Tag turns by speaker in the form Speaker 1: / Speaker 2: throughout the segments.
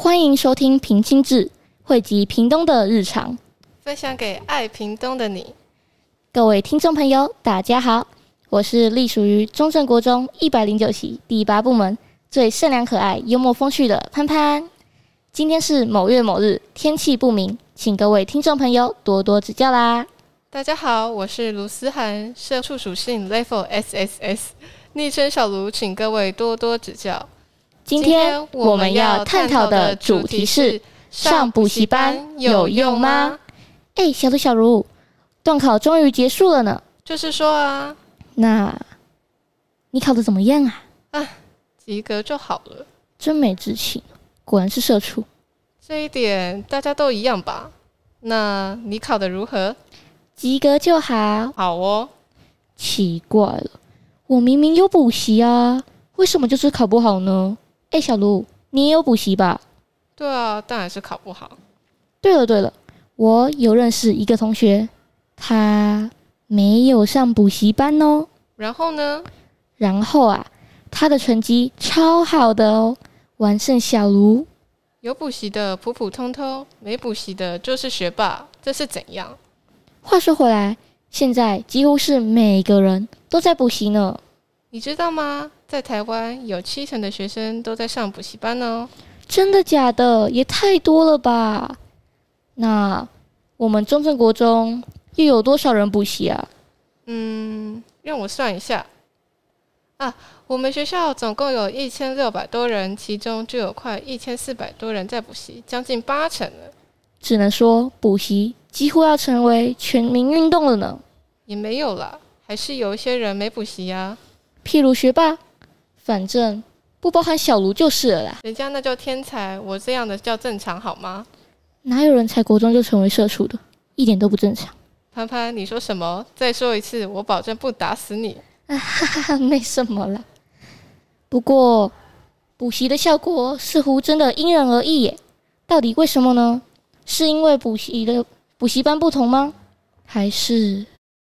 Speaker 1: 欢迎收听平清志，汇集屏东的日常，
Speaker 2: 分享给爱屏东的你。
Speaker 1: 各位听众朋友，大家好，我是隶属于中正国中109期第8部门最善良可爱、幽默风趣的潘潘。今天是某月某日，天气不明，请各位听众朋友多多指教啦。
Speaker 2: 大家好，我是卢思涵，社畜属性 Level SSS， 昵称小卢，请各位多多指教。
Speaker 1: 今天我们要探讨的主题是：上补习班有用吗？小卢小卢，段考终于结束了呢。
Speaker 2: 就是说啊，
Speaker 1: 那你考得怎么样啊？
Speaker 2: 及格就好了。
Speaker 1: 真没志气，果然是社畜。
Speaker 2: 这一点大家都一样吧？那你考得如何？
Speaker 1: 及格就好。
Speaker 2: 好哦。
Speaker 1: 奇怪了，我明明有补习啊，为什么就是考不好呢？小卢，你也有补习吧？
Speaker 2: 对啊，当然是考不好。
Speaker 1: 对了，我有认识一个同学，他没有上补习班哦。
Speaker 2: 然后呢？
Speaker 1: 然后他的成绩超好的哦，完胜小卢。
Speaker 2: 有补习的普普通通，没补习的就是学霸，这是怎样？
Speaker 1: 话说回来，现在几乎是每个人都在补习呢。
Speaker 2: 你知道吗？在台湾有70%的学生都在上补习班哦。
Speaker 1: 真的假的？也太多了吧？那我们中正国中又有多少人补习啊？
Speaker 2: 让我算一下我们学校总共有1600多人，其中就有快1400多人在补习，将近80%了。
Speaker 1: 只能说补习几乎要成为全民运动了呢。
Speaker 2: 也没有啦，还是有一些人没补习啊。
Speaker 1: 譬如学霸，反正不包含小卢就是了啦。
Speaker 2: 人家那叫天才，我这样的叫正常好吗？
Speaker 1: 哪有人才国中就成为社畜的？一点都不正常。
Speaker 2: 潘潘，你说什么？再说一次，我保证不打死你。
Speaker 1: 没什么啦。不过补习的效果似乎真的因人而异耶。到底为什么呢？是因为补习班不同吗？还是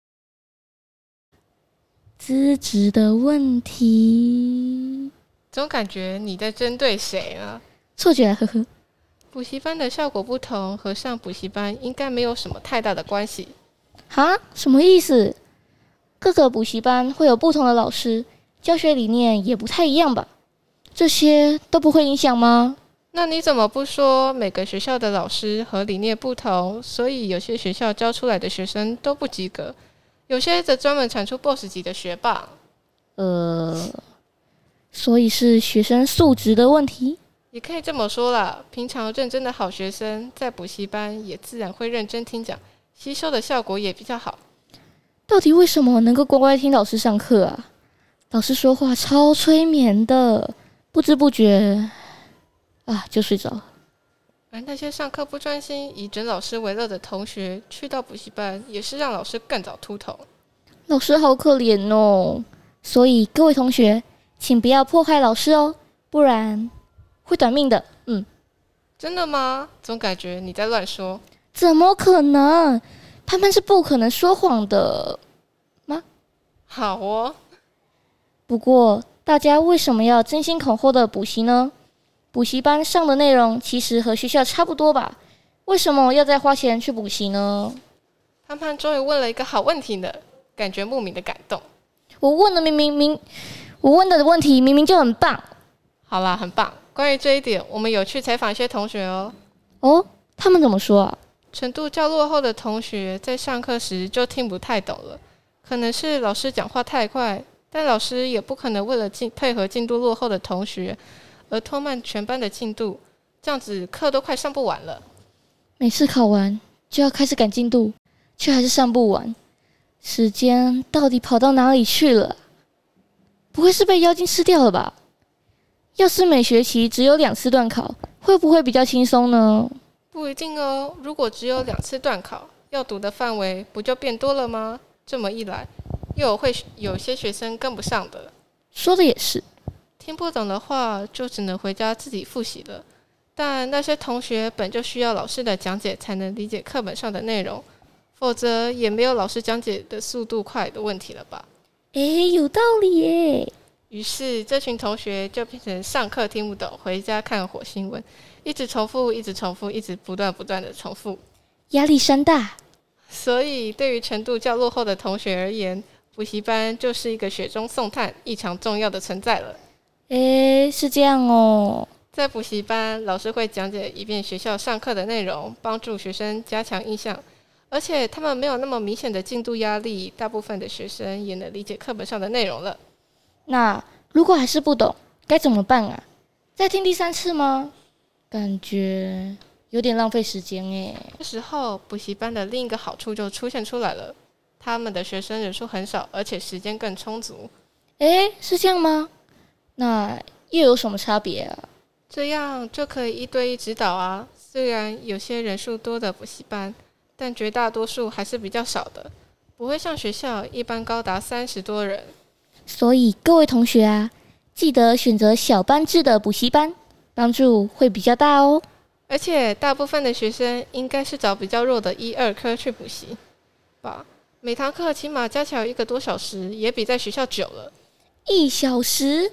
Speaker 1: 资质的问题？
Speaker 2: 总感觉你在针对谁啊？
Speaker 1: 错觉了，呵呵。
Speaker 2: 补习班的效果不同，和上补习班应该没有什么太大的关系。
Speaker 1: 什么意思？各个补习班会有不同的老师，教学理念也不太一样吧？这些都不会影响吗？
Speaker 2: 那你怎么不说每个学校的老师和理念不同，所以有些学校教出来的学生都不及格，有些则专门产出 BOSS 级的学霸？
Speaker 1: 所以是学生素质的问题？
Speaker 2: 也可以这么说啦，平常认真的好学生在补习班也自然会认真听讲，吸收的效果也比较好。
Speaker 1: 到底为什么能够乖乖听老师上课啊？老师说话超催眠的，不知不觉就睡着了。
Speaker 2: 而那些上课不专心、以整老师为乐的同学，去到补习班也是让老师更早秃头。
Speaker 1: 老师好可怜哦。所以各位同学，请不要迫害老师哦，不然会短命的。
Speaker 2: 真的吗？总感觉你在乱说。
Speaker 1: 怎么可能？潘潘是不可能说谎的吗？
Speaker 2: 好哦。
Speaker 1: 不过大家为什么要争先恐后的补习呢？补习班上的内容其实和学校差不多吧？为什么要再花钱去补习呢？
Speaker 2: 潘潘终于问了一个好问题呢，感觉莫名的感动。
Speaker 1: 我问的问题明明就很棒。
Speaker 2: 好啦，很棒。关于这一点，我们有去采访一些同学哦。
Speaker 1: 他们怎么说啊？
Speaker 2: 程度较落后的同学在上课时就听不太懂了，可能是老师讲话太快，但老师也不可能为了配合进度落后的同学而拖慢全班的进度，这样子课都快上不完了。
Speaker 1: 每次考完就要开始赶进度，却还是上不完，时间到底跑到哪里去了？不会是被妖精吃掉了吧？要是每学期只有2次段考，会不会比较轻松呢？
Speaker 2: 不一定哦，如果只有2次段考，要读的范围不就变多了吗？这么一来，又会有些学生跟不上的。
Speaker 1: 说的也是。
Speaker 2: 听不懂的话，就只能回家自己复习了。但那些同学本就需要老师的讲解才能理解课本上的内容，否则也没有老师讲解的速度快的问题了吧？
Speaker 1: 有道理耶。
Speaker 2: 于是这群同学就变成上课听不懂，回家看火星文，一直重复，一直重复，一直不断的重复，
Speaker 1: 压力山大。
Speaker 2: 所以对于程度较落后的同学而言，补习班就是一个雪中送炭、异常重要的存在了。
Speaker 1: 是这样哦。
Speaker 2: 在补习班，老师会讲解一遍学校上课的内容，帮助学生加强印象，而且他们没有那么明显的进度压力，大部分的学生也能理解课本上的内容了。
Speaker 1: 那如果还是不懂，该怎么办啊？再听第3次吗？感觉有点浪费时间耶。
Speaker 2: 这时候，补习班的另一个好处就出现出来了，他们的学生人数很少，而且时间更充足。
Speaker 1: 是这样吗？那又有什么差别啊？
Speaker 2: 这样就可以1对1指导啊。虽然有些人数多的补习班，但绝大多数还是比较少的，不会像学校一般高达30多人。
Speaker 1: 所以各位同学啊，记得选择小班制的补习班，帮助会比较大哦。
Speaker 2: 而且大部分的学生应该是找比较弱的1、2科去补习吧，每堂课起码加起来1个多小时，也比在学校久了。
Speaker 1: 1小时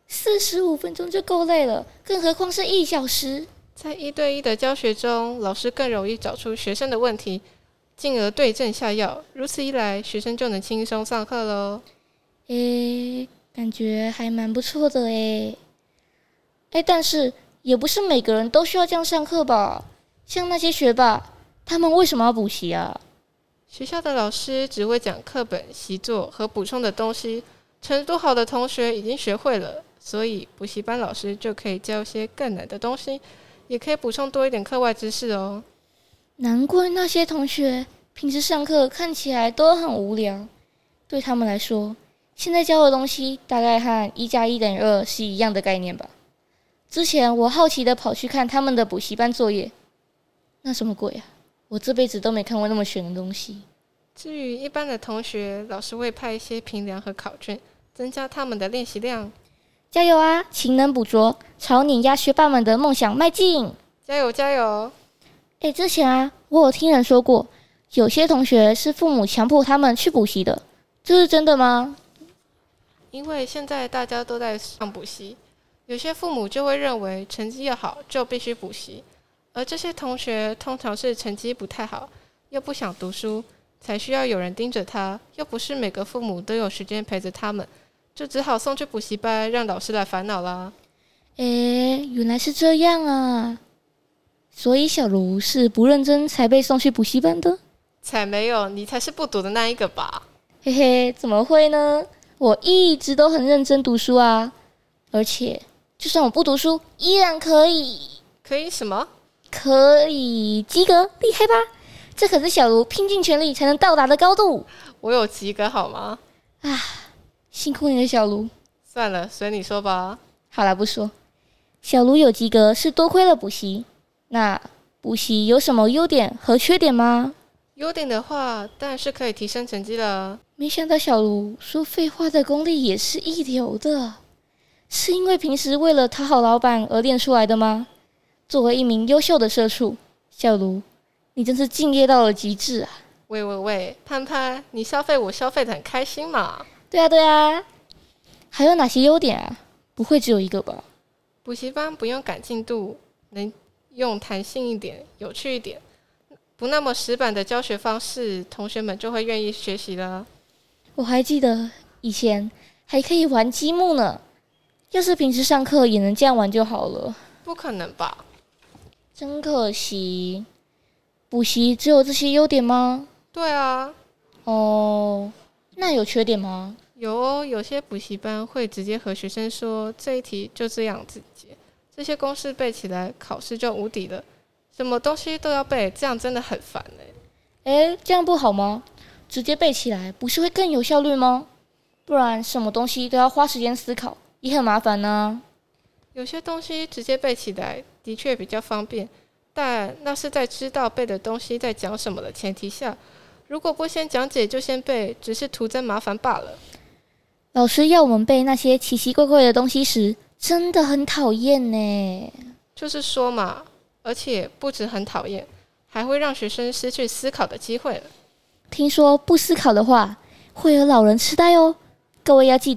Speaker 1: 45分钟就够累了，更何况是1小时。
Speaker 2: 在1对1的教学中，老师更容易找出学生的问题，进而对症下药。如此一来，学生就能轻松上课咯。
Speaker 1: 感觉还蛮不错的但是也不是每个人都需要这样上课吧？像那些学霸，他们为什么要补习啊？
Speaker 2: 学校的老师只会讲课本、习作和补充的东西，程度好的同学已经学会了，所以补习班老师就可以教一些更难的东西，也可以补充多一点课外知识哦。
Speaker 1: 难怪那些同学平时上课看起来都很无聊，对他们来说，现在教的东西大概和1+1=2是一样的概念吧。之前我好奇的跑去看他们的补习班作业，那什么鬼啊？我这辈子都没看过那么玄的东西。
Speaker 2: 至于一般的同学，老师会派一些评量和考卷，增加他们的练习量。
Speaker 1: 加油啊，勤能补拙，朝碾压学霸们的梦想迈进！
Speaker 2: 加油加油！
Speaker 1: 之前啊，我有听人说过，有些同学是父母强迫他们去补习的，这是真的吗？
Speaker 2: 因为现在大家都在上补习，有些父母就会认为成绩要好就必须补习，而这些同学通常是成绩不太好，又不想读书，才需要有人盯着他，又不是每个父母都有时间陪着他们，就只好送去补习班，让老师来烦恼啦。
Speaker 1: 原来是这样啊！所以小卢是不认真才被送去补习班的？
Speaker 2: 才没有，你才是不读的那一个吧？
Speaker 1: 嘿嘿，怎么会呢？我一直都很认真读书啊，而且就算我不读书，依然可以
Speaker 2: 什么？
Speaker 1: 可以及格，厉害吧？这可是小卢拼尽全力才能到达的高度。
Speaker 2: 我有及格好吗？
Speaker 1: 辛苦你了，小卢。
Speaker 2: 算了，随你说吧。
Speaker 1: 好啦，不说。小卢有及格是多亏了补习。那补习有什么优点和缺点吗？
Speaker 2: 优点的话，当然是可以提升成绩了。
Speaker 1: 没想到小卢说废话的功力也是一流的，是因为平时为了讨好老板而练出来的吗？作为一名优秀的社畜，小卢，你真是敬业到了极致啊！
Speaker 2: 喂，潘潘，你消费我消费得很开心嘛？
Speaker 1: 对啊，还有哪些优点啊？不会只有一个吧？
Speaker 2: 补习班不用赶进度，能用弹性一点、有趣一点，不那么死板的教学方式，同学们就会愿意学习了。
Speaker 1: 我还记得以前还可以玩积木呢，要是平时上课也能这样玩就好了。
Speaker 2: 不可能吧？
Speaker 1: 真可惜。补习只有这些优点吗？
Speaker 2: 对啊。
Speaker 1: 那有缺点吗？
Speaker 2: 有哦，有些补习班会直接和学生说这一题就这样子解，这些公式背起来考试就无敌了，什么东西都要背，这样真的很烦
Speaker 1: 这样不好吗？直接背起来不是会更有效率吗？不然什么东西都要花时间思考，也很麻烦呢。
Speaker 2: 有些东西直接背起来的确比较方便，但那是在知道背的东西在讲什么的前提下，如果不先讲解就先背，只是徒增麻烦罢了。
Speaker 1: 老师要我们背那些奇奇怪怪的东西时，真的很讨厌呢。
Speaker 2: 就是说嘛，而且不止很讨厌，还会让学生失去思考的机会了。
Speaker 1: 听说不思考的话，会有老人痴呆哦。各位要记得，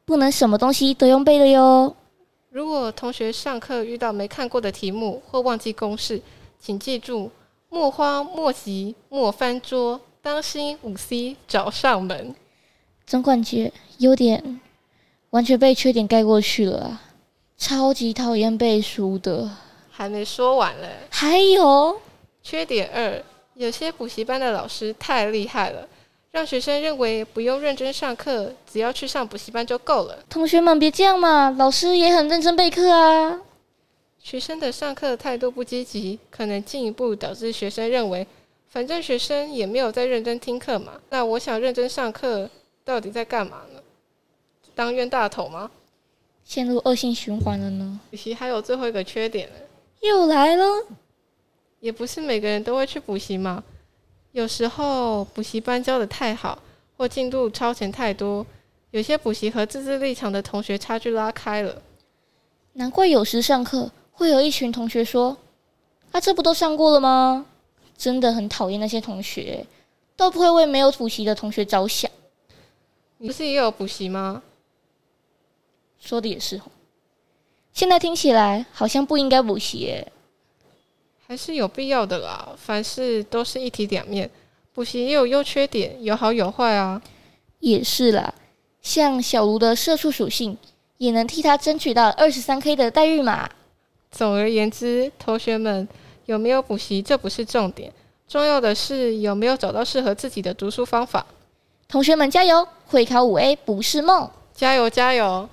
Speaker 1: 不能什么东西都用背的哟。
Speaker 2: 如果同学上课遇到没看过的题目或忘记公式，请记住：莫慌莫急莫翻桌，当心5C 找上门。
Speaker 1: 总感觉有点完全被缺点盖过去了啊！超级讨厌背书的。
Speaker 2: 还没说完了，
Speaker 1: 还有
Speaker 2: 缺点2，有些补习班的老师太厉害了，让学生认为不用认真上课，只要去上补习班就够了。
Speaker 1: 同学们别这样嘛，老师也很认真备课啊。
Speaker 2: 学生的上课态度不积极，可能进一步导致学生认为，反正学生也没有在认真听课嘛，那我想认真上课，到底在干嘛呢？当冤大头吗？
Speaker 1: 陷入恶性循环了呢。
Speaker 2: 补习还有最后一个缺点了，
Speaker 1: 又来了。
Speaker 2: 也不是每个人都会去补习嘛。有时候补习班教的太好，或进度超前太多，有些补习和自制力强的同学差距拉开了。
Speaker 1: 难怪有时上课会有一群同学说：“啊，这不都上过了吗？”真的很讨厌那些同学，都不会为没有补习的同学着想。
Speaker 2: 你不是也有补习吗？
Speaker 1: 说的也是吼。现在听起来好像不应该补习耶。
Speaker 2: 还是有必要的啦，凡事都是一体两面，补习也有优缺点，有好有坏啊。
Speaker 1: 也是啦，像小卢的社畜属性，也能替他争取到23K 的待遇嘛。
Speaker 2: 总而言之，同学们有没有补习这不是重点，重要的是有没有找到适合自己的读书方法。
Speaker 1: 同学们加油，会考5A 不是梦，
Speaker 2: 加油加油！